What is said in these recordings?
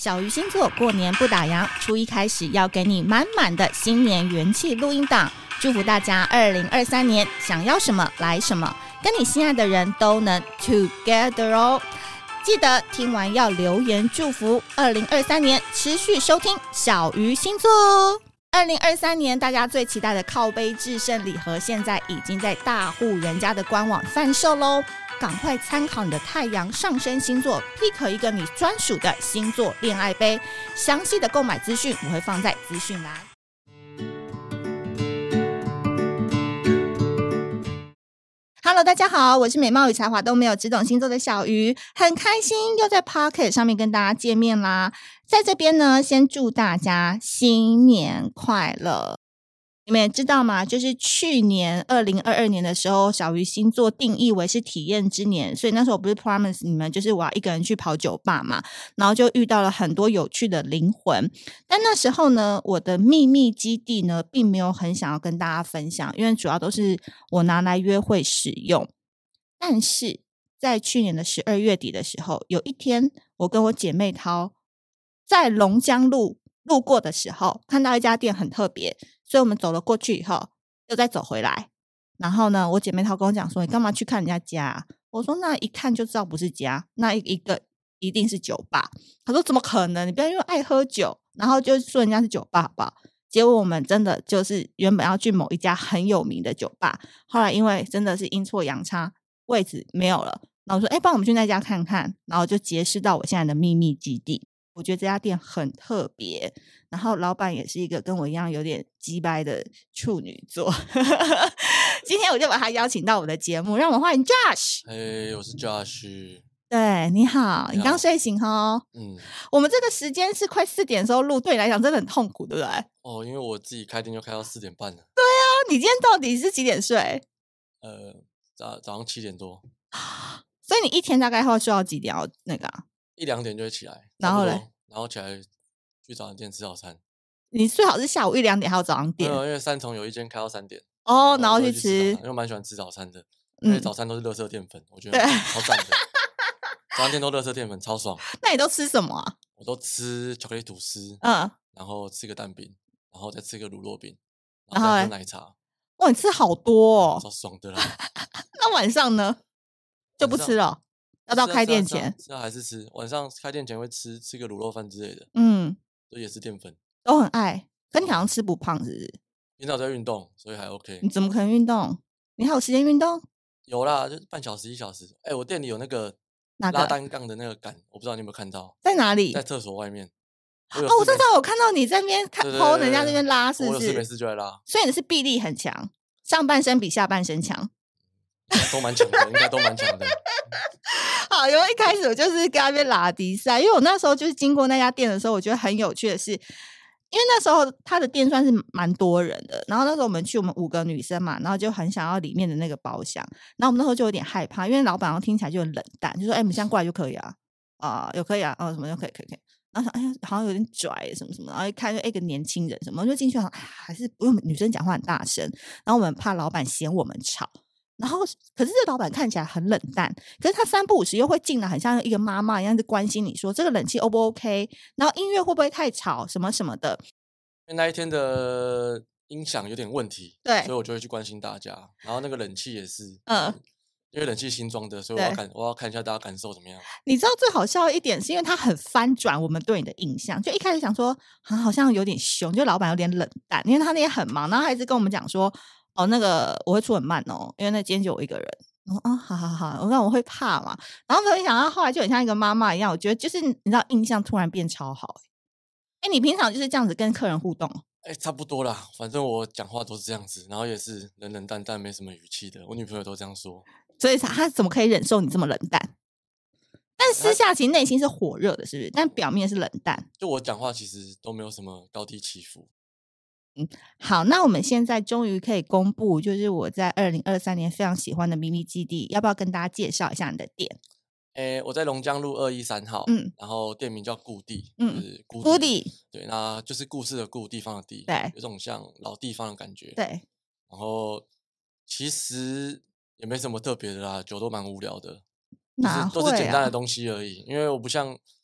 小鱼星座过年不打烊，初一开始要给你满满的新年元气录音档，祝福大家2023年想要什么来什么，跟你心爱的人都能 together 哦。记得听完要留言祝福2023年持续收听小鱼星座哦。2023年大家最期待的靠杯制胜礼盒现在已经在大户人家的官网贩售咯，赶快参考你的太阳上升星座 pick 一个你专属的星座恋爱杯，详细的购买资讯我会放在资讯栏。Hello， 大家好，我是美貌与才华都没有，只懂星座的小鱼，很开心又在 Pocket 上面跟大家见面啦。在这边呢，先祝大家新年快乐。你们也知道吗？就是去年2022年的时候，小鱼星座定义为是体验之年，所以那时候我不是 promise 你们就是我要一个人去跑酒吧嘛，然后就遇到了很多有趣的灵魂。但那时候呢，我的秘密基地呢并没有很想要跟大家分享，因为主要都是我拿来约会使用。但是在去年的12月底的时候，有一天我跟我姐妹淘在龙江路路过的时候，看到一家店很特别，所以我们走了过去以后又再走回来。然后呢，我姐妹她跟我讲说，你干嘛去看人家家啊？我说那一看就知道不是家，那一个一定是酒吧。她说怎么可能，你不要因为爱喝酒然后就说人家是酒吧好不好？结果我们真的就是原本要去某一家很有名的酒吧，后来因为真的是阴错阳差位置没有了，然后我说帮我们去那家看看，然后就结识到我现在的秘密基地。我觉得这家店很特别，然后老板也是一个跟我一样有点鸡掰的处女座今天我就把他邀请到我的节目，让我们欢迎 Josh。 嘿，我是 Josh。 对，你好，你刚睡醒哦。我们这个时间是快4点的时候录，对你来讲真的很痛苦对不对？ 因为我自己开店就开到4点半了。 对啊，你今天到底是几点睡？ 早上7点多。 所以你一天大概会睡到几点要那个 1、2点就会起来， 然后嘞， 然后起来去早餐店吃早餐。 你最好是下午1、2点还有早上店？ 因为三重有一间开到3点然后去吃， 因为我蛮喜欢吃早餐的，因为早餐都是垃圾淀粉，我觉得超赞的早餐店都垃圾淀粉超爽。 那你都吃什么啊？ 我都吃巧克力吐司，然后吃个蛋饼，然后再吃个乳酪饼，然后再喝奶茶。 哇，你吃好多哦， 超爽的啦那晚上呢就不吃了？要到开店前？ 是还是吃？晚上开店前会吃个卤肉饭之类的，所以也是淀粉， 都很爱。可你好像吃不胖是不是？ 平常在运动，所以还 OK。 你怎么可能运动？你还有时间运动？ 有啦，就是半小时1小时。我店里有那个拉单杠的那个杆，我不知道你有没有看到？ 在哪里？ 在厕所外面。 我知道，我看到你在那边偷人家那边拉，是不是？ 我有事没事就来拉。 所以你是臂力很强，上半身比下半身强。 都蛮强的，应该都蛮强的好，因为一开始我就是跟那边拉迪赛，因为我那时候就是经过那家店的时候，我觉得很有趣的是，因为那时候他的店算是蛮多人的，然后那时候我们去，我们5个女生嘛，然后就很想要里面的那个包厢，然后我们那时候就有点害怕，因为老板好像听起来就很冷淡，就说你们现在过来就可以啊，有可以啊，什么就可以，然后想好像有点拽什么什么，然后一看就一个年轻人什么，就进去还是不用，女生讲话很大声，然后我们怕老板嫌我们吵。然后可是这老板看起来很冷淡，可是他3不5时又会进来，很像一个妈妈一样，就关心你说这个冷气 O 不 OK， 然后音乐会不会太吵什么什么的。 因为那一天的音响有点问题， 对， 所以我就会去关心大家。然后那个冷气也是，因为冷气新装的，所以我要看一下大家感受怎么样。你知道最好笑的一点是因为他很翻转我们对你的印象，就一开始想说好像有点凶，就老板有点冷淡，因为他那天很忙，然后他一直跟我们讲说那个我会出很慢哦，因为那今天就我一个人。好，我会怕嘛。然后没想到后来就很像一个妈妈一样，我觉得就是你知道印象突然变超好。你平常就是这样子跟客人互动？ 差不多啦，反正我讲话都是这样子，然后也是冷冷淡淡，没什么语气的。我女朋友都这样说， 所以她怎么可以忍受你这么冷淡？但私下其实内心是火热的，是不是？但表面是冷淡。 就我讲话其实都没有什么高低起伏。 好，那我们现在终于可以公布，就是我在2023年非常喜欢的秘密基地，要不要跟大家介绍一下你的店？ 我在龙江路213号，然后店名叫故地，就是故地，对，那就是故事的故，地方的地， 对， 有种像老地方的感觉， 对。 然后其实也没什么特别的啦，酒都蛮无聊的，都是简单的东西而已。因为我不像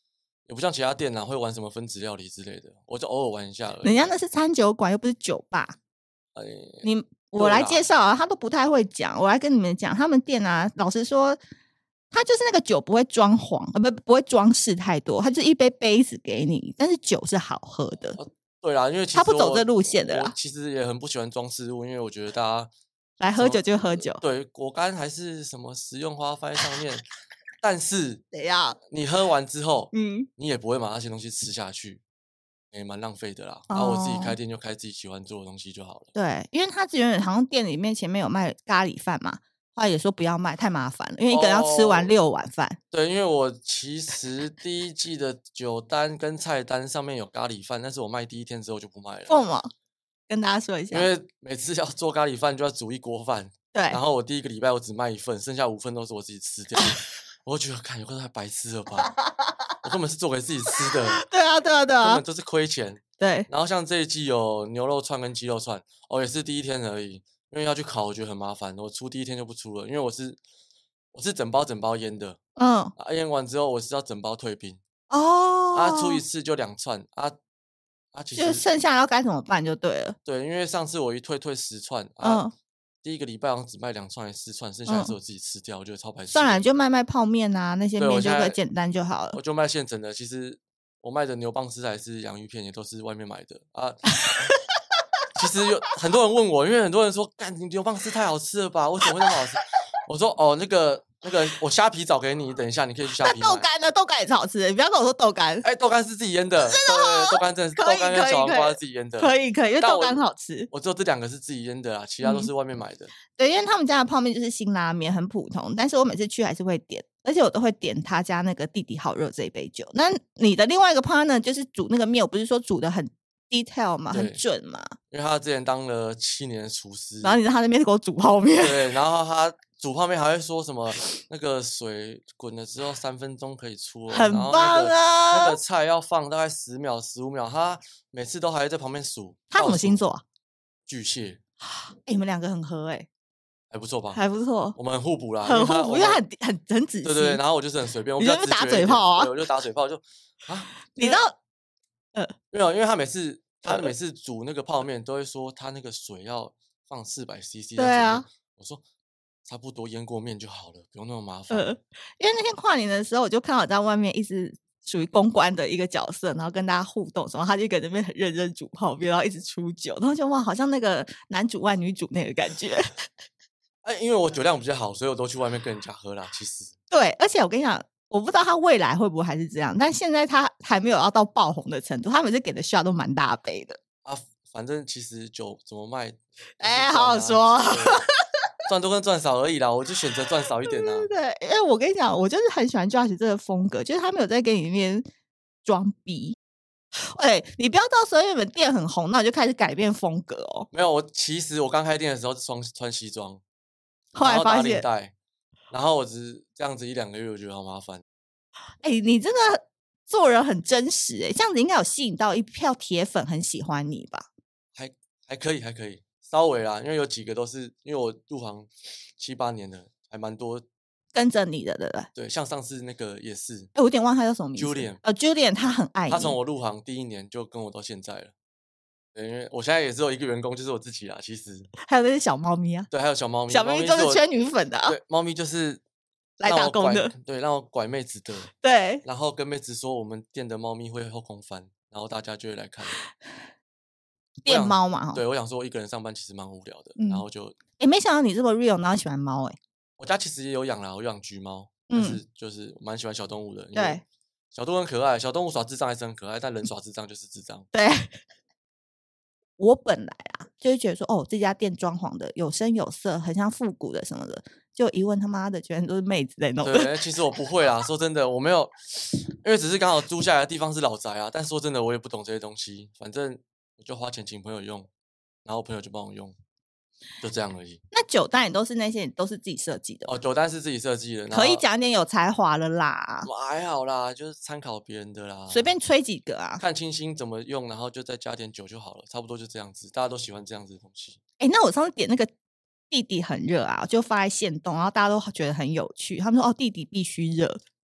也不像其他店会玩什么分子料理之类的，我就偶尔玩一下而已。 人家那是餐酒馆，又不是酒吧。我来介绍啊，他都不太会讲。我来跟你们讲，他们店啊，老实说，他就是那个酒不会装潢，不会装饰太多，他就是一杯杯子给你，但是酒是好喝的。 对啦，因为其实他不走这路线的啦。 我其实也很不喜欢装饰物，因为我觉得大家来喝酒就喝酒， 对，果干还是什么食用花放在上面，但是怎样？ 你喝完之后，你也不会把那些东西吃下去。也蛮浪费的啦，然后我自己开店就开自己喜欢做的东西就好了。 对，因为他之前好像店里面前面有卖咖喱饭嘛，后来也说不要卖，太麻烦了，因为一个人要吃完6碗饭。 对，因为我其实第一季的酒单跟菜单上面有咖喱饭，但是我卖第1天之后就不卖了。 为什么？跟大家说一下。 因为每次要做咖喱饭就要煮1锅饭， 对， 然后我第1个礼拜我只卖1份，剩下5份都是我自己吃掉。我就觉得，看有个太白痴了吧。我根本是做给自己吃的， 对啊，根本就是亏钱。 对， 然后像这一季有牛肉串跟鸡肉串，也是第1天而已，因为要去烤，我觉得很麻烦，我出第1天就不出了，因为我是整包腌的，腌完之后我是要整包退冰，出一次就2串，其实就剩下要该怎么办就对了。 对，因为上次我一退10串，第1个礼拜好像只卖2串还是4串，剩下的是我自己吃掉，我觉得超白痴。 算了，就卖泡面啊，那些面就可以简单就好了。 我就卖现成的，其实我卖的牛蒡丝还是洋芋片也都是外面买的啊。其实有很多人问我，因为很多人说，干你牛蒡丝太好吃了吧？为什么会那么好吃？我说那个我虾皮找给你，等一下你可以去虾皮买。 豆干呢？豆干也是好吃的，你不要跟我说豆干。 豆干是自己腌的， 真的吗？ 豆干真的是豆干跟小黄瓜是自己腌的， 可以，因为豆干好吃。 我只有这2个是自己腌的啦，其他都是外面买的。 对，因为他们家的泡面就是辛拉面，很普通，但是我每次去还是会点，而且我都会点他家那个弟弟好热这一杯酒。那你的另外一个 partner 就是煮那个面，我不是说煮的很 detail 嘛，很准嘛？ 因为他之前当了7年的厨师， 然后你在他那边给我煮泡面， 对，然后他煮泡面还会说什么那个水滚了之后3分钟可以出了， 很棒啊！ 那个菜要放大概10秒、15秒，他每次都还在旁边数。 他什么星座？ 巨蟹。 你们2个很合还不错吧？ 还不错， 我们很互补啦， 很互补，因为很仔细。 对，然后我就是很随便，我就打嘴炮啊， 我就打嘴炮你知道， 没有，因为他每次煮那个泡面都会说他那个水要放400cc。 对啊， 我说差不多腌过面就好了，不用那么麻烦。 因为那天跨年的时候，我就看到我在外面一直属于公关的一个角色，然后跟大家互动，然后他就在那边很认真煮泡面，然后一直出酒，然后就哇，好像那个男主外女主那个感觉。 因为我酒量比较好，所以我都去外面跟人家喝啦。其实对，而且我跟你讲，我不知道他未来会不会还是这样，但现在他还没有要到爆红的程度，他每次给的 shot 都蛮大杯的反正其实酒怎么卖， 好好说， 赚多跟赚少而已啦，我就选择赚少一点啦。 对，因为我跟你讲，我就是很喜欢 Josh 这个风格，就是他没有在跟你那边装逼。你不要到时候因为你们店很红，那我就开始改变风格哦。 没有，其实我刚开店的时候是穿西装。 后来发现， 然后我只这样子1-2个月，我觉得好麻烦。 你真的做人很真实这样子应该有吸引到一票铁粉，很喜欢你吧？ 还可以，稍微啦，因为有几个都是因为我入行7、8年了，还蛮多跟着你的，对不对？ 对，像上次那个也是。 我有点忘他叫什么名字。Julian， 他很爱你。 他从我入行第1年就跟我到现在了。对，因为我现在也只有1个员工，就是我自己啦。其实还有那些小猫咪啊， 对，还有小猫咪， 小猫咪就是圈女粉的对，猫咪就是来打工的， 对，让我拐妹子的， 对， 然后跟妹子说我们店的猫咪会后空翻，然后大家就会来看电猫嘛。 对，我想说我一个人上班其实蛮无聊的，然后就没想到你这么 real， 然后喜欢猫我家其实也有养啦，我养橘猫，但是就是蛮喜欢小动物的， 对， 小动物很可爱，小动物耍智障还是很可爱，但人耍智障就是智障。 对。我本来就会觉得说，这家店装潢的有声有色，很像复古的什么的，就一问他妈的，全都是妹子在弄的。 对，其实我不会啦，说真的，我没有，因为只是刚好租下来的地方是老宅啊。但说真的，我也不懂这些东西，反正我就花钱请朋友用，然后朋友就帮我用，就这样而已。 那酒单也都是那些都是自己设计的酒单是自己设计的， 可以讲点有才华了啦。 还好啦，就是参考别人的啦， 随便吹几个啊， 看清新怎么用，然后就再加点酒就好了，差不多就这样子。大家都喜欢这样子的东西。 那我上次点那个弟弟很热就发在限动，然后大家都觉得很有趣，他们说弟弟必须热。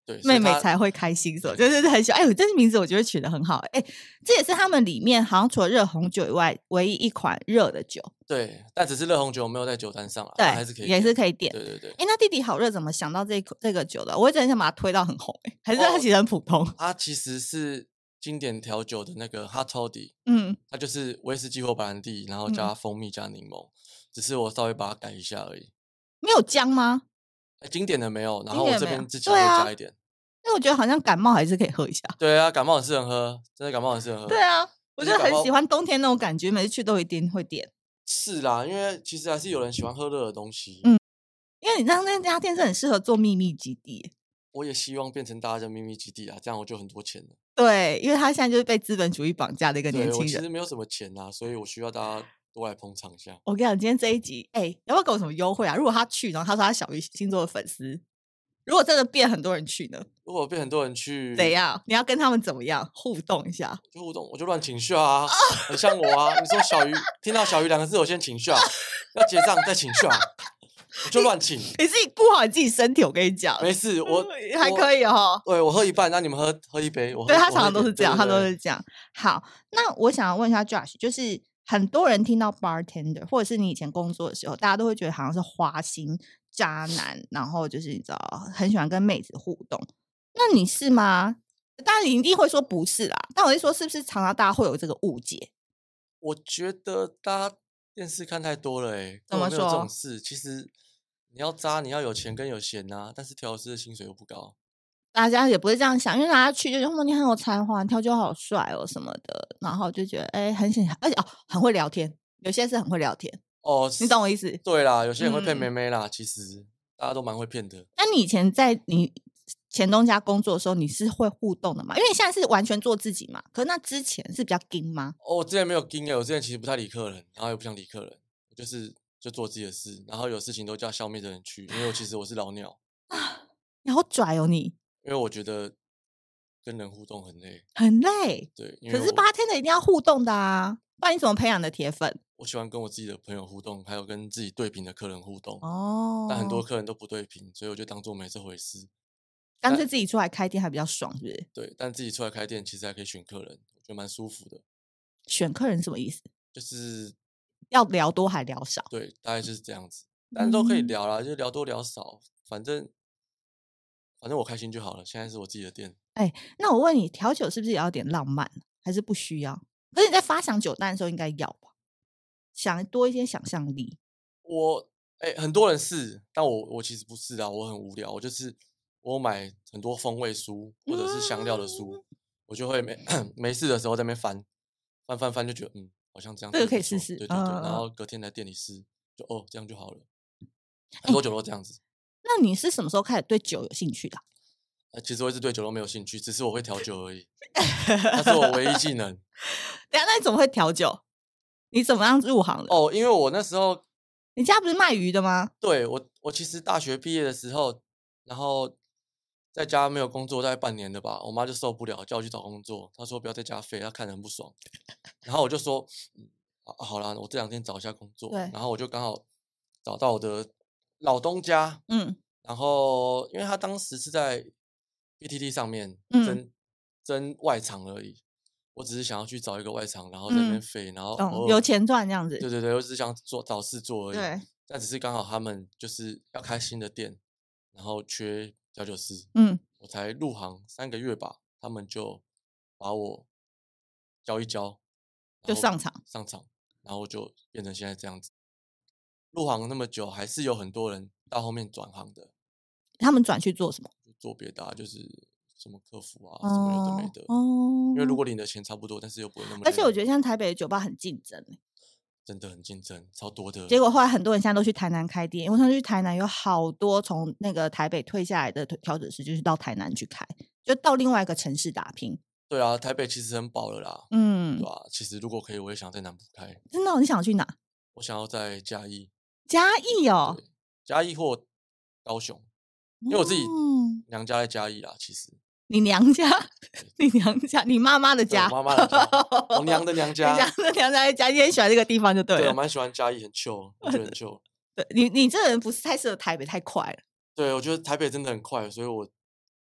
对， 妹妹才会开心，就是很喜欢。这名字我觉得取得很好。这也是他们里面好像除了热红酒以外唯一一款热的酒。 对，但只是热红酒没有在酒单上对， 还是可以， 也是可以点。 对。 那弟弟好热怎么想到这个酒的？我一直很想把它推到很红，还是它其实很普通？ 它其实是经典调酒的那个 Hot Toddy， 它就是威士忌或白兰地，然后加蜂蜜加柠檬，只是我稍微把它改一下而已。 没有姜吗？ 经典的没有，然后我这边自己会加一点。 因为我觉得好像感冒还是可以喝一下。 对啊，感冒很适合喝，真的感冒很适合喝。 对啊，我就很喜欢冬天那种感觉，每次去都一定会点。 是啦，因为其实还是有人喜欢喝热的东西。 因为你知道那家店是很适合做秘密基地。 我也希望变成大家的秘密基地啊，这样我就很多钱了。 对，因为他现在就是被资本主义绑架的一个年轻人。 我其实没有什么钱啊，所以我需要大家多来捧场一下。 我跟你讲，今天这一集，要不要给我什么优惠啊？如果他去，然后他说他小鱼星座的粉丝，如果真的变很多人去呢？ 如果变很多人去， 怎样？你要跟他们怎么样互动一下？ 就互动，我就乱请下啊，很像我啊。你说小鱼，听到小鱼2个字，我先请下，要结账再请下，我就乱请。 你自己顾好你自己身体，我跟你讲， 没事，我还可以哦。 对，我喝一半，那你们喝一杯。 对，他常常都是这样，他都是这样。好，那我想要问一下 Josh， 就是很多人听到 bartender， 或者是你以前工作的时候，大家都会觉得好像是花心渣男，然后就是你知道很喜欢跟妹子互动。那你是吗？当然你一定会说不是啦，但我是说是不是常常大家会有这个误解？ 我觉得大家电视看太多了怎么说？ 没有这种事。其实你要渣，你要有钱跟有闲啊，但是调酒师的薪水又不高。 大家也不是这样想，因为大家去就说你很有才华，调酒好帅哦什么的，然后就觉得很显，而且很会聊天，有些是很会聊天你懂我意思？ 对啦，有些人会骗妹妹啦，其实大家都蛮会骗的。 那你以前在你前东家工作的时候，你是会互动的吗？因为你现在是完全做自己嘛，可是那之前是比较硬吗？ 我之前没有硬我之前其实不太理客人，然后也不想理客人，就做自己的事，然后有事情都叫消灭的人去，因为其实我是老鸟你好拽哦你！ 因为我觉得跟人互动很累， 很累。 对， 可是bartender一定要互动的啊，不然你怎么培养的铁粉？ 我喜欢跟我自己的朋友互动，还有跟自己对屏的客人互动。但很多客人都不对屏，所以我就当做没这回事。 干脆自己出来开店还比较爽，是不是？ 对，但自己出来开店其实还可以选客人，我觉得蛮舒服的。 选客人什么意思？ 就是要聊多还聊少？ 对，大概就是这样子。但是都可以聊啦，就聊多聊少，反正我开心就好了。现在是我自己的店。 那我问你，调酒是不是也要点浪漫，还是不需要？可是你在发想酒单的时候应该要吧？想多一些想象力。 很多人是，但我其实不是啊，我很无聊。我买很多风味书或者是香料的书，我就会没事的时候在那边翻，就觉得好像这样这个可以试试。 对，然后隔天来店里试，就这样就好了。很多酒都这样子。 那你是什么时候开始对酒有兴趣的？ 其实我一直对酒都没有兴趣，只是我会调酒而已，那是我唯一技能。 等下，那你怎么会调酒？你怎么样入行的？ 因为我那时候， 你家不是卖鱼的吗？ 对，我其实大学毕业的时候，然后在家没有工作大概半年了吧，我妈就受不了，叫我去找工作。她说不要在家废，她看得很不爽。然后我就说，好啦，我这2天找一下工作。然后我就刚好找到我的老东家，然后因为他当时是在 PTT 上面争外场而已，我只是想要去找一个外场，然后在那边飞，然后有钱赚这样子。 对，我只是想找事做而已。 对， 但只是刚好他们就是要开新的店，然后缺调酒师，我才入行3个月吧，他们就把我教一教， 就上场， 然后就变成现在这样子。入行那么久，还是有很多人到后面转行的。 他们转去做什么？ 做别的就是什么客服啊，什么有的没的。因为如果领的钱差不多，但是又不会那么累。 而且我觉得像台北的酒吧很竞争， 真的很竞争，超多的。 结果后来很多人现在都去台南开店，因为他去台南有好多从那个台北退下来的调酒师，就是到台南去开，就到另外一个城市打拼。 对啊，台北其实很饱了啦。对啊，其实如果可以，我也想在南部开。 真的？你想去哪？ 我想要在嘉义。 嘉义哦， 嘉义或高雄，因为我自己娘家在嘉义啦。其实你娘家，你妈妈的家， 妈妈的家，我娘的娘家， 娘家在嘉义，你很喜欢这个地方就对了。 对，我蛮喜欢嘉义，很chill，我觉得很chill。 对你这个人不是太适合台北，太快了。 对，我觉得台北真的很快，所以我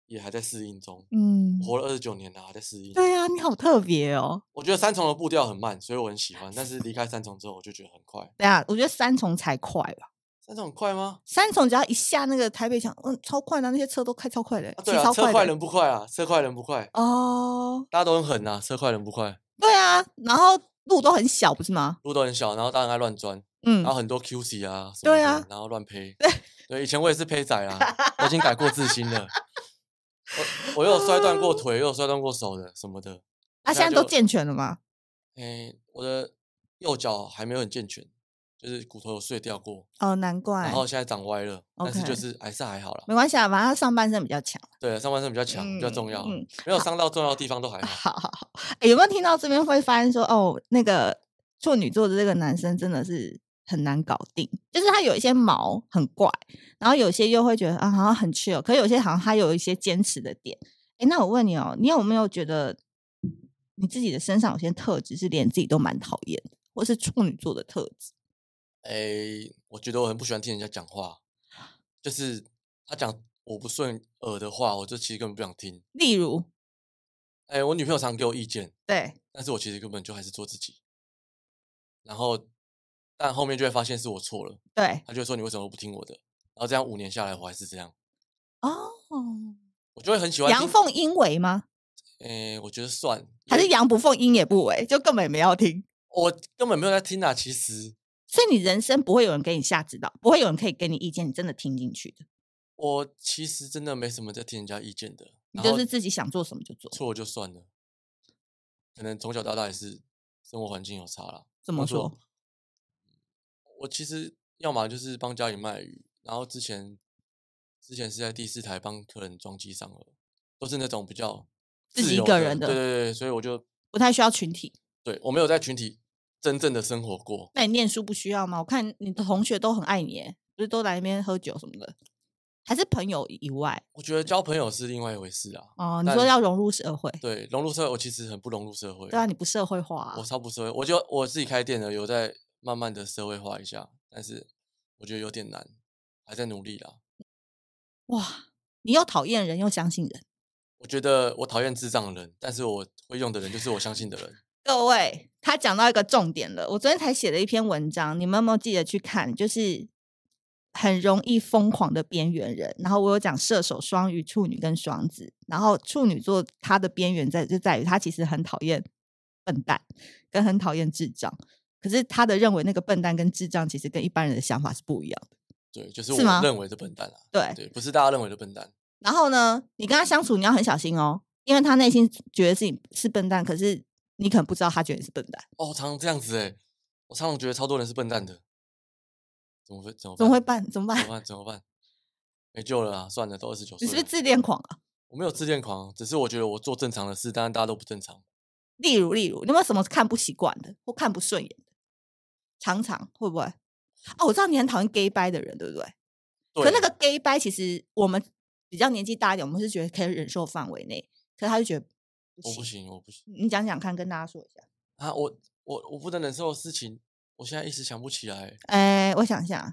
也还在适应中。 嗯， 活了29年了，还在适应。 对啊，你好特别哦。 我觉得三重的步调很慢，所以我很喜欢。但是离开三重之后，我就觉得很快。 对啊，我觉得三重才快吧。 三重很快吗？ 三重只要一下那个台北墙，超快的，那些车都开超快的， 对啊，车快人不快啊，车快人不快。 哦， 大家都很狠啊，车快人不快。 对啊，然后路都很小，不是吗？ 路都很小，然后大家爱乱钻，然后很多 QC 啊什么的，然后乱呸。对，以前我也是呸仔啦，我已经改过自新了。我又有摔断过腿，又有摔断过手的什么的。 那现在都健全了吗？ 我的右脚还没有很健全，就是骨头有碎掉过。 哦，难怪。 然后现在长歪了，但是就是还好啦。 没关系啊，反正上半身比较强。 对，上半身比较强，比较重要。没有伤到重要的地方都还好。 好。有没有听到这边会发现说，哦，那个处女座的这个男生真的是很难搞定，就是他有一些毛很怪，然后有些又会觉得啊好像很 chill， 可是有些好像他有一些坚持的点。那我问你哦，你有没有觉得你自己的身上有些特质是连自己都蛮讨厌的，或是处女座的特质？ 我觉得我很不喜欢听人家讲话，就是他讲我不顺耳的话，我就其实根本不想听。 例如， 我女朋友常给我意见， 对， 但是我其实根本就还是做自己。然后，但后面就会发现是我错了， 对， 他就会说你为什么不听我的？然后这样5年下来，我还是这样。 哦， 我就会很喜欢阳奉阴违吗？ 我觉得算， 还是阳不奉阴也不违，就根本也没要听。 我根本没有在听啊，其实。 所以你人生不会有人给你下指导，不会有人可以给你意见，你真的听进去的。 我其实真的没什么在听人家意见的， 你就是自己想做什么就做， 错就算了。可能从小到大也是生活环境有差啦。 怎么说？ 我其实要么就是帮家里卖鱼，然后之前是在第4台帮客人装机上饵，都是那种比较自己一个人的， 对，所以我就不太需要群体。 对，我没有在群体真正的生活过。 那你念书不需要吗？我看你的同学都很爱你，不是都来那边喝酒什么的，还是朋友以外？ 我觉得交朋友是另外一回事啊。 哦，你说要融入社会？ 对，融入社会，我其实很不融入社会。 对啊，你不社会化啊。 我超不社会，我自己开店了，有在慢慢的社会化一下，但是我觉得有点难，还在努力啦。 哇，你又讨厌人又相信人。 我觉得我讨厌智障的人，但是我会用的人就是我相信的人。 各位，他讲到一个重点了。我昨天才写了一篇文章，你们有没有记得去看？就是很容易疯狂的边缘人。然后我有讲射手、双鱼、处女跟双子。然后处女座他的边缘就在于他其实很讨厌笨蛋，跟很讨厌智障。可是他的认为那个笨蛋跟智障其实跟一般人的想法是不一样的。 对，就是我认为的笨蛋啊。对，不是大家认为的笨蛋。 然后呢，你跟他相处你要很小心哦，因为他内心觉得自己是笨蛋，可是你可能不知道他觉得你是笨蛋。 哦，常常这样子我常常觉得超多人是笨蛋的。怎么办？没救了啊！算了，都29岁了。 你是不是自恋狂啊？ 我没有自恋狂，只是我觉得我做正常的事，当然大家都不正常。 例如，你有没有什么看不习惯的或看不顺眼的？常常会不会？哦，我知道你很讨厌 gay 掰的人，对不对？ 对。 可那个 gay 掰，其实我们比较年纪大一点，我们是觉得可以忍受范围内，可是他就觉得我不行。 你讲讲看，跟大家说一下啊！我不能忍受的事情，我现在一时想不起来。 我想一下，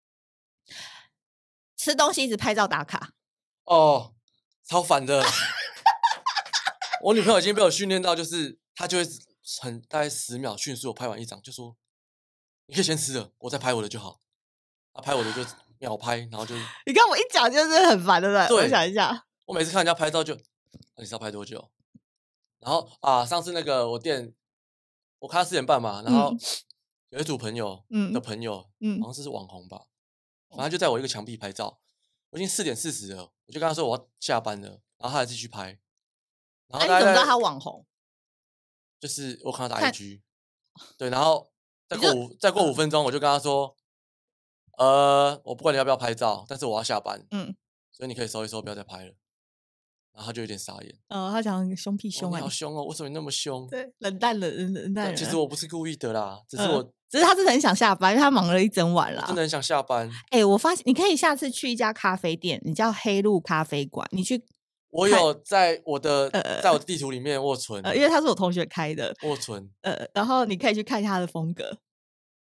吃东西一直拍照打卡。 哦，超烦的。我女朋友已经被我训练到，就是她就会大概10秒迅速拍完一张，就说你可以先吃了，我再拍我的就好。她拍我的就秒拍，然后就你看我一讲就是很烦，对不对？我想一下， 我每次看人家拍照就，你是要拍多久？然后上次那个我店，我开到4点半嘛，然后有一组朋友的朋友，好像是网红吧，反正就在我一个墙壁拍照。我已经4点40了，我就跟他说我要下班了，然后他还继续拍。然后你怎么知道他网红？ 就是我看他打 IG， 对，然后再过5分钟，我就跟他说，我不管你要不要拍照，但是我要下班，所以你可以收一收，不要再拍了。然后他就有点傻眼。 他讲凶屁凶啊！ 你好凶哦，为什么你那么凶？ 对，冷淡人。 其实我不是故意的啦，只是他真的很想下班，因为他忙了一整晚啦。 真的很想下班。 我发现你可以下次去一家咖啡店，你叫黑鹿咖啡馆，你去。 我有在我的地图里面握存， 因为他是我同学开的， 握存。 然后你可以去看一下他的风格。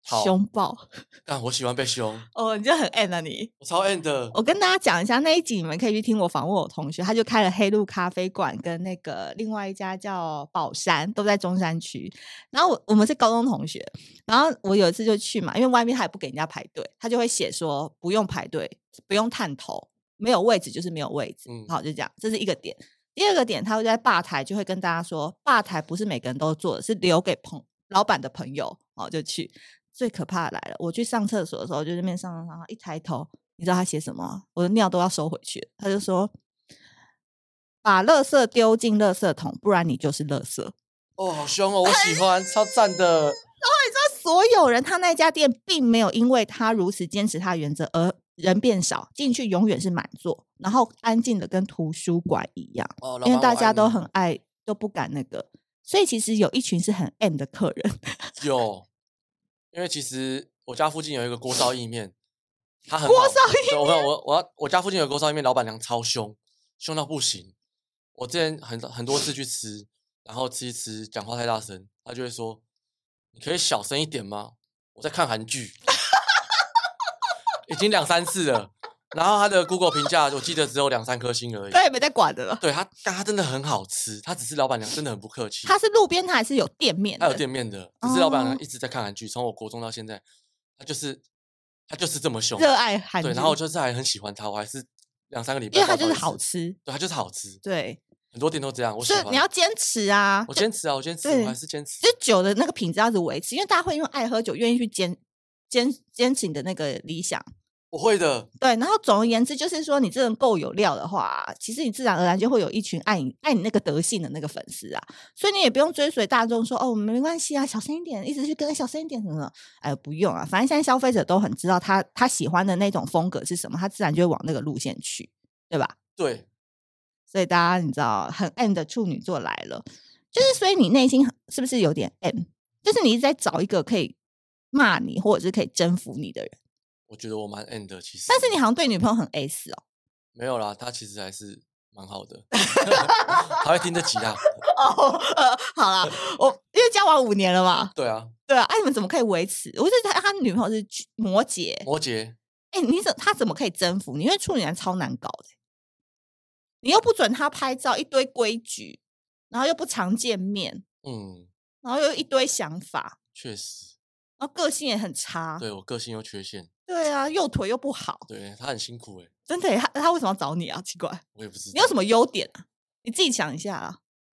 凶爆。 干，我喜欢被凶。 哦，你就很 N 啊你。 我超 N 的。 我跟大家讲一下那一集，你们可以去听我访问我同学，他就开了黑鹿咖啡馆跟那个另外一家叫宝山，都在中山区。然后我们是高中同学，然后我有一次就去嘛，因为外面他也不给人家排队，他就会写说不用排队，不用探头，没有位置就是没有位置。好，就这样，这是一个点。第二个点，他会在吧台就会跟大家说，吧台不是每个人都坐的，是留给老板的朋友。好，就去。最可怕的来了，我去上厕所的时候，就那边上，一抬头，你知道他写什么？我的尿都要收回去了。他就说：“把垃圾丢进垃圾桶，不然你就是垃圾。” 哦，好凶哦！我喜欢，超赞的。然后你知道，所有人他那家店并没有因为他如此坚持他的原则而人变少，进去永远是满座，然后安静的跟图书馆一样。哦，因为大家都很爱，都不敢那个，所以其实有一群是很 M 的客人。 有。因为其实我家附近有一个锅烧意面，它很好。锅烧意面， 我家附近有锅烧意面，老板娘超凶，凶到不行。我之前很多次去吃，然后吃一吃，讲话太大声，他就会说：“你可以小声一点吗？我在看韩剧。”已经2、3次了。然后他的 Google 评价，我记得只有2、3颗星而已。 对，没在管的了。 对他真的很好吃，他只是老板娘真的很不客气。 他是路边，他还是有店面的？ 他有店面的，只是老板娘一直在看韩剧，从我国中到现在，他就是这么凶， 热爱韩剧。 对，然后我就是还很喜欢他，我还是2、3个礼拜， 因为他就是好吃。 对，他就是好吃。 对， 很多店都这样。我喜欢。 你要坚持啊！ 我坚持啊！我坚持，我还是坚持。 就酒的那个品质要是维持，因为大家会因为爱喝酒，愿意去坚持你的那个理想。 我会的。 对，然后总而言之，就是说你这人够有料的话，其实你自然而然就会有一群爱你那个德性的那个粉丝啊，所以你也不用追随大众说哦，没关系啊，小声一点，一直去跟小声一点什么的，哎，不用啊，反正现在消费者都很知道他喜欢的那种风格是什么，他自然就会往那个路线去，对吧？ 对， 所以大家你知道，很 M 的处女座来了，就是所以你内心是不是有点 M？ 就是你一直在找一个可以骂你或者是可以征服你的人。 我觉得我蛮 N 的，其实。 但是你好像对女朋友很 S 哦。 没有啦，她其实还是蛮好的。她会听得起啦。 好啦，因为交往5年了嘛。 对啊。 对啊，你们怎么可以维持？我觉得他女朋友是摩羯。 摩羯。 他怎么可以征服你？因为处女男超难搞的。你又不准他拍照，一堆规矩，然后又不常见面，然后又一堆想法。 确实。 然后个性也很差。 对，我个性有缺陷。 对啊，右腿又不好。 对，他很辛苦欸。 真的耶，他为什么要找你啊？奇怪。 我也不知道。 你有什么优点啊？你自己想一下啊。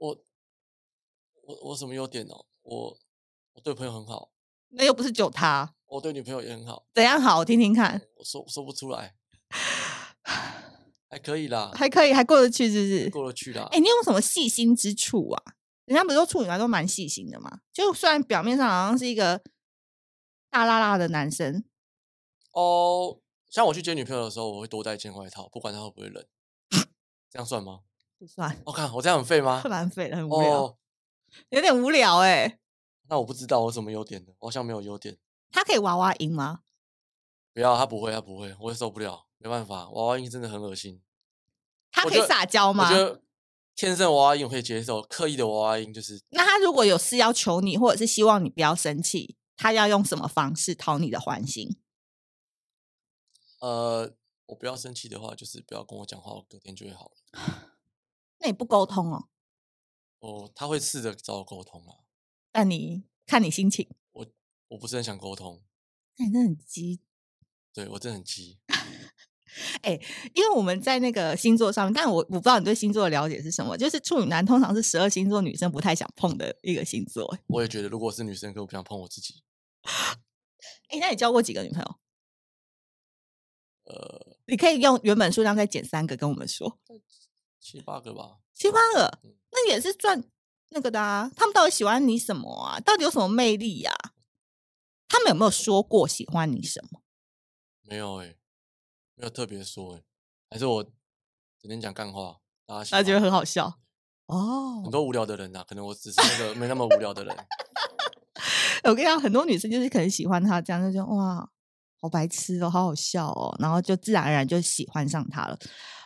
我什么优点哦？我对朋友很好。 那又不是只有他。 我对女朋友也很好。 怎样好？我听听看。 我说不出来。还可以啦。 还可以，还过得去，是不是？ 过得去啦。 你有什么细心之处啊？人家不是说处女男都蛮细心的吗？就虽然表面上好像是一个大辣辣的男生。 哦，像我去接女朋友的时候，我会多带一件外套，不管她会不会冷。这样算吗？ 不算。 我看我这样很废吗？ 蛮废的，很无聊。有点无聊欸。 那我不知道我有什么优点的，我好像没有优点。 他可以娃娃音吗？ 不要，他不会，我会受不了，没办法，娃娃音真的很恶心。 他可以撒娇吗？ 我觉得天生娃娃音我可以接受，刻意的娃娃音就是。 那他如果有事要求你，或者是希望你不要生气，他要用什么方式讨你的欢心？ 我不要生气的话，就是不要跟我讲话，我隔天就会好了。 那你不沟通哦？ 他会试着找我沟通啊。 那你看你心情。 我不是很想沟通。 那你真的很急。 对，我真的很急。 因为我们在那个星座上面，但我不知道你对星座的了解是什么。就是处女男通常是12星座女生不太想碰的一个星座。 我也觉得，如果是女生，可我不想碰我自己。 那你交过几个女朋友？你可以用原本数量再减3个跟我们说。 7、8个吧。 7、8个，那也是赚那个的啊。他们到底喜欢你什么啊？到底有什么魅力呀？他们有没有说过喜欢你什么？ 没有没有特别说还是我整天讲干话，大家觉得很好笑哦。 很多无聊的人可能我只是那个没那么无聊的人。 我跟你讲，很多女生就是可能喜欢他这样，就觉得哇，好白痴哦，好好笑哦，然后就自然而然就喜欢上他了。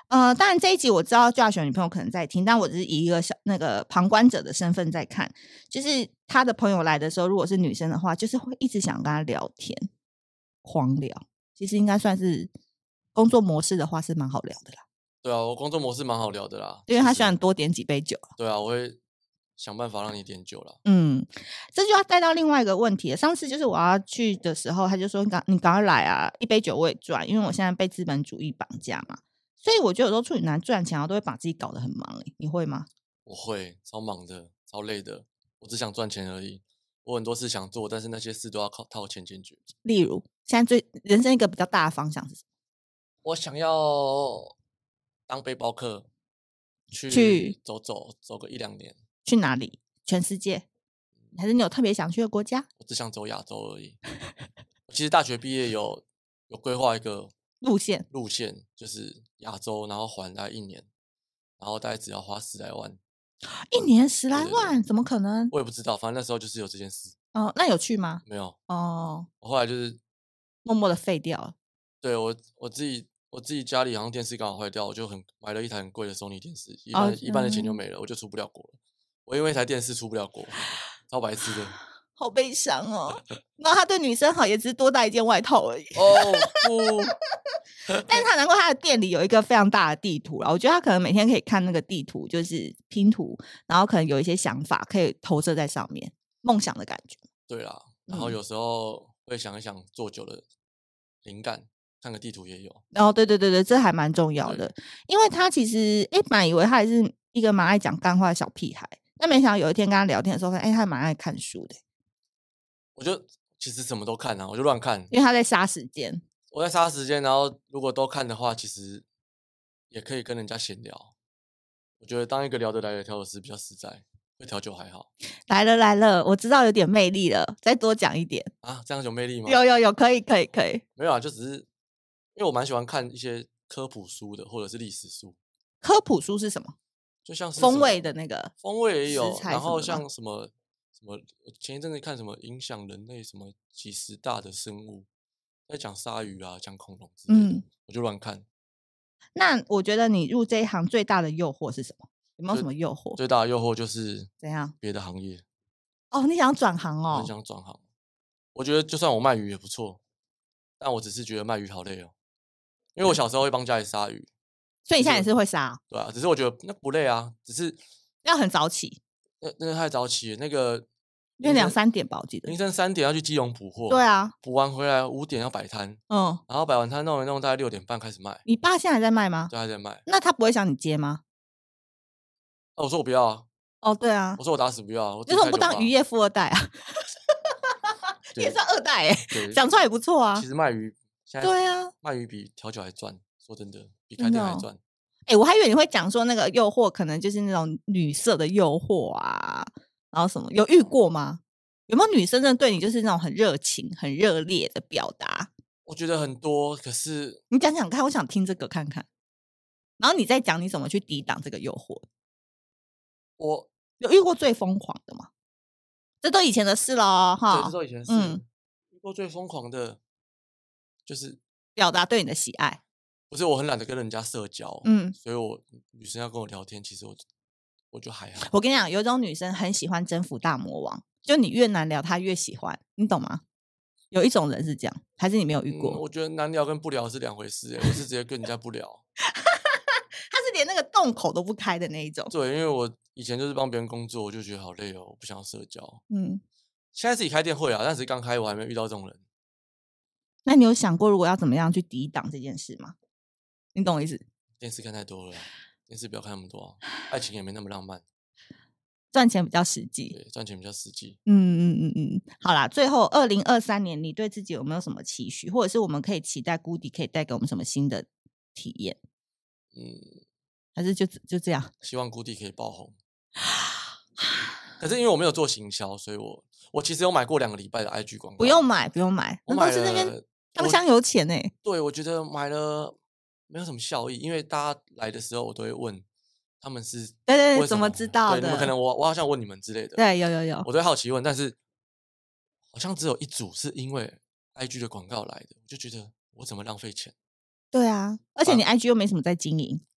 当然这一集我知道 Josh 女朋友可能在听，但我只是以一个那个旁观者的身份在看。就是他的朋友来的时候，如果是女生的话，就是会一直想跟他聊天，狂聊。其实应该算是工作模式的话是蛮好聊的啦。 对啊，我工作模式蛮好聊的啦， 因为他喜欢多点几杯酒。 对啊，我会想办法让你点酒啦。 这就要带到另外一个问题了。上次就是我要去的时候，他就说你赶快来啊，一杯酒我也赚，因为我现在被资本主义绑架嘛。所以我觉得有时候处女男赚钱都会把自己搞得很忙。你会吗？ 我会，超忙的，超累的。我只想赚钱而已。我很多事想做，但是那些事都要靠钱解决。 例如，现在人生一个比较大的方向是什么？ 我想要当背包客，去走个1-2年。 去哪里？全世界？还是你有特别想去的国家？ 我只想走亚洲而已。我其实大学毕业有规划一个路线， 就是亚洲，然后环大概1年，然后大概只要花10来万。 1年10来万？怎么可能？ 我也不知道，反正那时候就是有这件事。 那有去吗？ 没有。 我后来就是默默的废掉了。 对，我自己家里好像电视刚好坏掉，我就买了一台很贵的 Sony 电视，一半的钱就没了，我就出不了国了。我因为一台电视出不了国，超白痴的。 好悲伤哦。那他对女生好，也只是多带一件外套而已。 哦不， 但是他难怪他的店里有一个非常大的地图啦。我觉得他可能每天可以看那个地图，就是拼图，然后可能有一些想法可以投射在上面，梦想的感觉。 对啦，然后有时候会想一想做久的灵感，看个地图也有。 对，这还蛮重要的。因为他其实本来以为他也是一个蛮爱讲干话的小屁孩，但没想到有一天跟他聊天的时候，他还蛮爱看书的。 我就其实什么都看啊，我就乱看， 因为他在杀时间。 我在杀时间，然后如果都看的话，其实也可以跟人家闲聊。我觉得当一个聊得来的调酒师比较实在，会调酒还好。 来了，我知道有点魅力了，再多讲一点啊！这样有魅力吗？ 有，可以。 没有啊，就只是因为我蛮喜欢看一些科普书的，或者是历史书。 科普书是什么？ 就像是风味的那个， 风味也有，然后像什么前一阵子看什么影响人类什么几十大的生物，在讲鲨鱼啊，讲恐龙之类的，我就乱看。 那我觉得你入这一行最大的诱惑是什么？有没有什么诱惑？ 最大的诱惑就是怎样？ 别的行业。 你想转行哦？ 我很想转行。我觉得就算我卖鱼也不错，但我只是觉得卖鱼好累哦，因为我小时候会帮家里杀鱼。 所以你现在也是会杀？ 对啊，只是我觉得那不累啊，只是要很早起。 那个太早起了，那个因为2、3点吧，我记得凌晨3点要去基隆补货。 对啊， 补完回来5点要摆摊，然后摆完摊弄一弄，大概6点半开始卖。 你爸现在还在卖吗？ 对，还在卖。 那他不会想你接吗？ 我说我不要啊。 对啊， 我说我打死不要。 为什么不当渔业富二代啊？你也算2代讲出来也不错啊。 其实卖鱼现在对啊， 卖鱼比调酒还赚，说真的，比开店还赚。 我还以为你会讲说那个诱惑可能就是那种女色的诱惑啊，然后什么有遇过吗？有没有女生真的对你就是那种很热情、很热烈的表达？ 我觉得很多，可是你讲讲看，我想听这个看看。然后你再讲你怎么去抵挡这个诱惑。 我有遇过最疯狂的吗？这都以前的事了哈。 对，这都以前的事。遇过最疯狂的，就是表达对你的喜爱。 不是，我很懒得跟人家社交，所以我女生要跟我聊天，其实我就还好。 我跟你讲，有一种女生很喜欢征服大魔王，就你越难聊，她越喜欢，你懂吗？有一种人是这样，还是你没有遇过？ 我觉得难聊跟不聊是2回事。我是直接跟人家不聊。 他是连那个洞口都不开的那一种。 对，因为我以前就是帮别人工作，我就觉得好累哦，我不想要社交。现在自己开店会啊，但是刚开我还没遇到这种人。 那你有想过如果要怎么样去抵挡这件事吗？你懂我意思？ 电视看太多了，电视不要看那么多，爱情也没那么浪漫。 赚钱比较实际。 对，赚钱比较实际。 好啦，最后2023年你对自己有没有什么期许，或者是我们可以期待Goody可以带给我们什么新的体验？还是就这样？ 希望Goody可以爆红。可是因为我没有做行销，所以我其实有买过2个礼拜的 IG 广告。 不用买， 我买是那边香香油钱对，我觉得买了没有什么效益，因为大家来的时候我都会问他们是对怎么知道的？ 对，你们可能我好像问你们之类的。 对，有， 我都会好奇问，但是好像只有1组是因为 IG 的广告来的，我就觉得我怎么浪费钱？ 对啊，而且你 IG 又没什么在经营。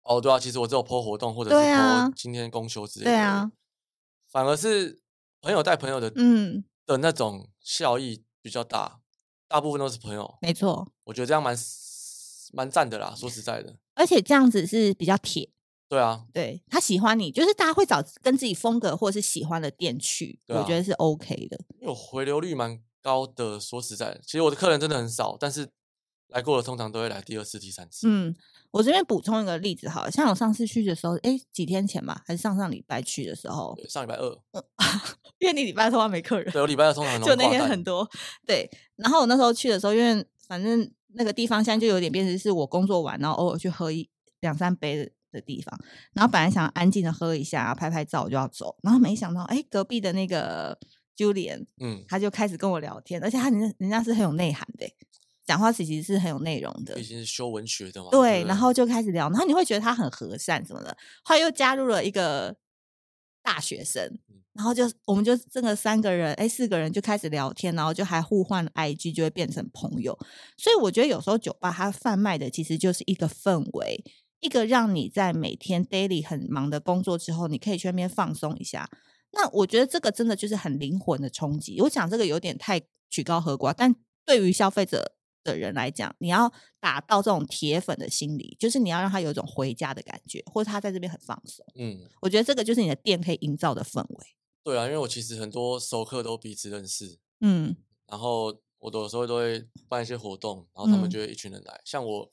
哦，对啊，其实我只有 po 活动或者是 po 今天公休之类的， 对啊， 反而是朋友带朋友的的那种效益比较大，大部分都是朋友， 没错， 我觉得这样蛮赞的啦，说实在的， 而且这样子是比较铁。 对啊， 对，他喜欢你，就是大家会找跟自己风格或者是喜欢的店去，我觉得是 OK 的。 因为我回流率蛮高的，说实在的，其实我的客人真的很少，但是来过的通常都会来第2次、第3次。 我这边补充一个例子好了，像我上次去的时候，几天前吧，还是上礼拜去的时候， 对，上礼拜2， 因为你礼拜2通常没客人， 对，我礼拜2通常就那天很多，对。然后我那时候去的时候，因为反正那个地方现在就有点变成是我工作完，然后偶尔去喝2、3杯的地方，然后本来想安静的喝一下，拍拍照我就要走，然后没想到，隔壁的那个 Julian，他就开始跟我聊天，而且人家是很有内涵的。讲话其实是很有内容的， 毕竟是修文学的嘛。 对，然后就开始聊，然后你会觉得他很和善什么的。后来又加入了一个大学生，然后我们就这个4个人就开始聊天，然后就还互换 IG， 就会变成朋友。所以我觉得有时候酒吧它贩卖的其实就是一个氛围，一个让你在每天 daily 很忙的工作之后，你可以去那边放松一下。那我觉得这个真的就是很灵魂的冲击。我讲这个有点太曲高和寡，但对于消费者的人来讲，你要打到这种铁粉的心理，就是你要让他有一种回家的感觉，或者他在这边很放松。我觉得这个就是你的店可以营造的氛围。 对啊，因为我其实很多熟客都彼此认识，然后我有时候都会办一些活动，然后他们就会一群人来。像我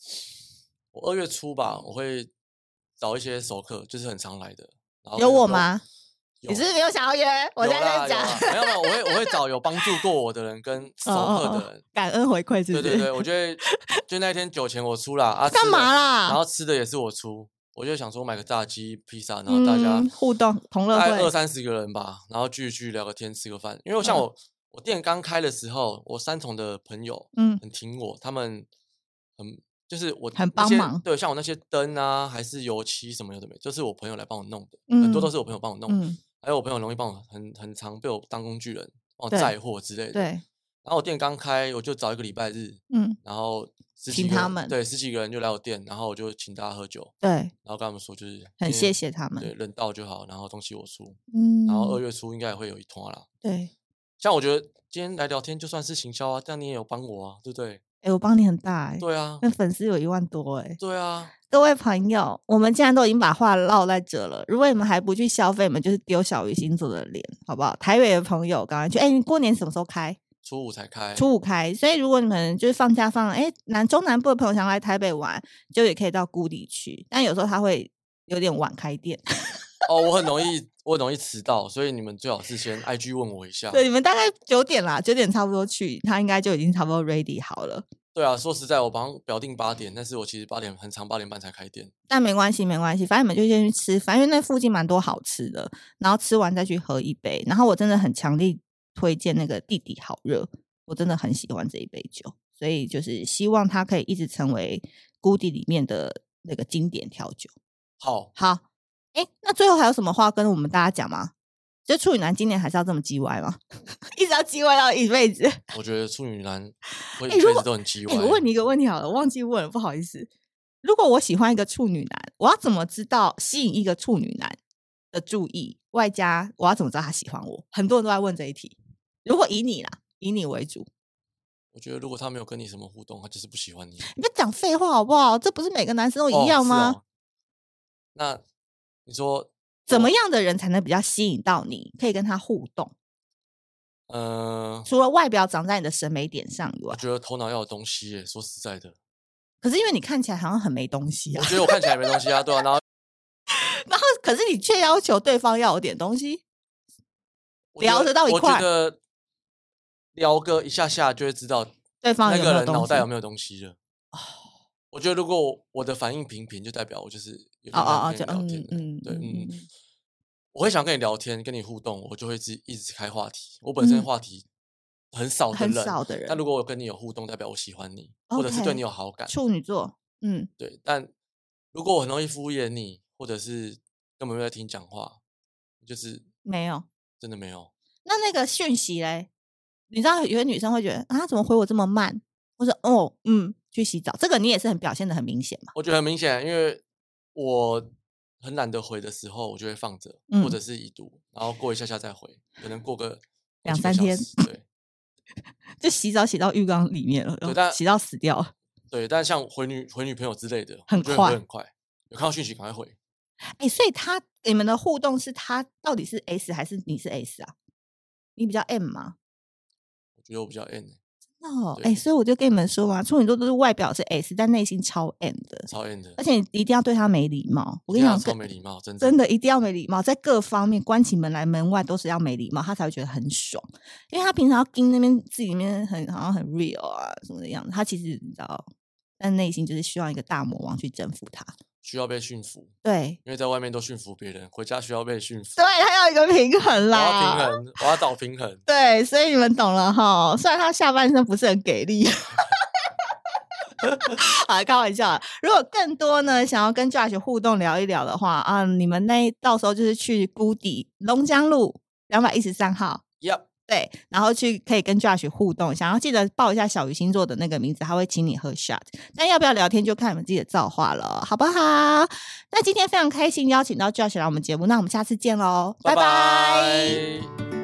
2月初吧，我会找一些熟客，就是很常来的。然后有我吗？你是不是没有想要约？我在讲， 没有，我会找有帮助过我的人跟熟客的人， 感恩回馈，是不是？ 对，我觉得就那天酒钱我出啦， 干嘛啦？ 然后吃的也是我出，我就想说买个炸鸡、披萨，然后大家互动同乐会， 大概20-30个人吧，然后聚一聚聊个天，吃个饭。因为像我店刚开的时候，我3重的朋友很挺我，他们就是我很帮忙， 对，像我那些灯啊，还是油漆什么有的没，就是我朋友来帮我弄的，很多都是我朋友帮我弄。还有我朋友容易帮我很常被我当工具人，帮我载货之类的。 对。 然后我店刚开，我就找一个礼拜日，然后请他们 10几个人就来我店，然后我就请大家喝酒， 对， 然后跟他们说就是很谢谢他们， 对，人到就好，然后东西我出，然后2月初应该也会有一通啦。 对， 像我觉得今天来聊天就算是行销啊，这样你也有帮我啊，对不对？ 我帮你很大对啊， 那粉丝有1万多对啊。 各位朋友，我们既然都已经把话唠在这了，如果你们还不去消费，你们就是丢小鱼星座的脸，好不好？台北的朋友赶快去！你过年什么时候开？ 初5才开。 初5开，所以如果你们就是放假中南部的朋友想来台北玩，就也可以到谷里去，但有时候他会有点晚开店。 我很容易迟到，所以你们最好是先 IG 问我一下。 对，你们大概9点啦，9点差不多去，他应该就已经差不多 ready 好了。 对啊，说实在，我帮表定8点，但是我其实8点半才开店。 但没关系，反正你们就先去吃，反正因为那附近蛮多好吃的，然后吃完再去喝一杯。然后我真的很强力推荐那个弟弟好热，我真的很喜欢这一杯酒，所以就是希望它可以一直成为谷底里面的那个经典调酒。 好， 那最后还有什么话跟我们大家讲吗？就处女男今年还是要这么叽歪吗？一直要叽歪到一辈子？我觉得处女男会一辈子都很叽歪。 我问你一个问题好了，忘记问了，不好意思。如果我喜欢一个处女男，我要怎么知道吸引一个处女男的注意？外加我要怎么知道他喜欢我？很多人都在问这一题。如果以你为主， 我觉得如果他没有跟你什么互动，他就是不喜欢你。 你不要讲废话好不好？这不是每个男生都一样吗？ 那你说怎么样的人才能比较吸引到你，可以跟他互动？除了外表长在你的审美点上以外， 我觉得头脑要有东西耶。说实在的， 可是因为你看起来好像很没东西啊。 我觉得我看起来没东西啊，对啊，然后可是你却要求对方要有点东西，聊得到一块。 我觉得聊个一下下就会知道对方那个人脑袋有没有东西了。我觉得如果我的反应平平，就代表我就是有点想跟你聊天的。我会想跟你聊天，跟你互动，我就会一直开话题。我本身话题很少的人，但如果我跟你有互动，代表我喜欢你，或者是对你有好感。 处女座， 对。但如果我很容易敷衍你，或者是根本没有在听讲话，就是没有， 真的没有。 那个讯息嘞，你知道有些女生会觉得啊，怎么回我这么慢？或者去洗澡，这个你也是很表现的很明显嘛？ 我觉得很明显，因为我很懒得回的时候，我就会放着，或者是已读，然后过一下下再回，可能过个 2-3天， 对， 就洗澡洗到浴缸里面了，对，但洗到死掉。 对，但像回女朋友之类的， 很快， 有看到讯息赶快回。 所以你们的互动是他到底是 S 还是你是 S 啊？你比较 M 吗？ 我觉得我比较 M。 所以我就跟你们说嘛，处女座都是外表是 S， 但内心超 M 的， 超 M 的， 而且一定要对他没礼貌。我跟你讲， 超没礼貌， 真的一定要没礼貌，在各方面关起门来门外都是要没礼貌，他才会觉得很爽。因为他平常要盯那边自己里面好像很 real 啊什么的样子，他其实你知道，但内心就是希望一个大魔王去征服他。 需要被驯服， 对， 因为在外面都驯服别人，回家需要被驯服。 对，他要一个平衡啦， 我要平衡，我要找平衡。 对，所以你们懂了哈。虽然他下半身不是很给力，好，开玩笑。如果更多呢，想要跟 Josh 互动聊一聊的话，你们到时候就是去谷底龙江路213号。 Yep。 对，然后可以跟 Josh 互动，想要记得报一下小鱼星座的那个名字，他会请你喝 shot， 但要不要聊天就看你们自己的造化了，好不好？那今天非常开心邀请到 Josh 来我们节目，那我们下次见咯，拜拜。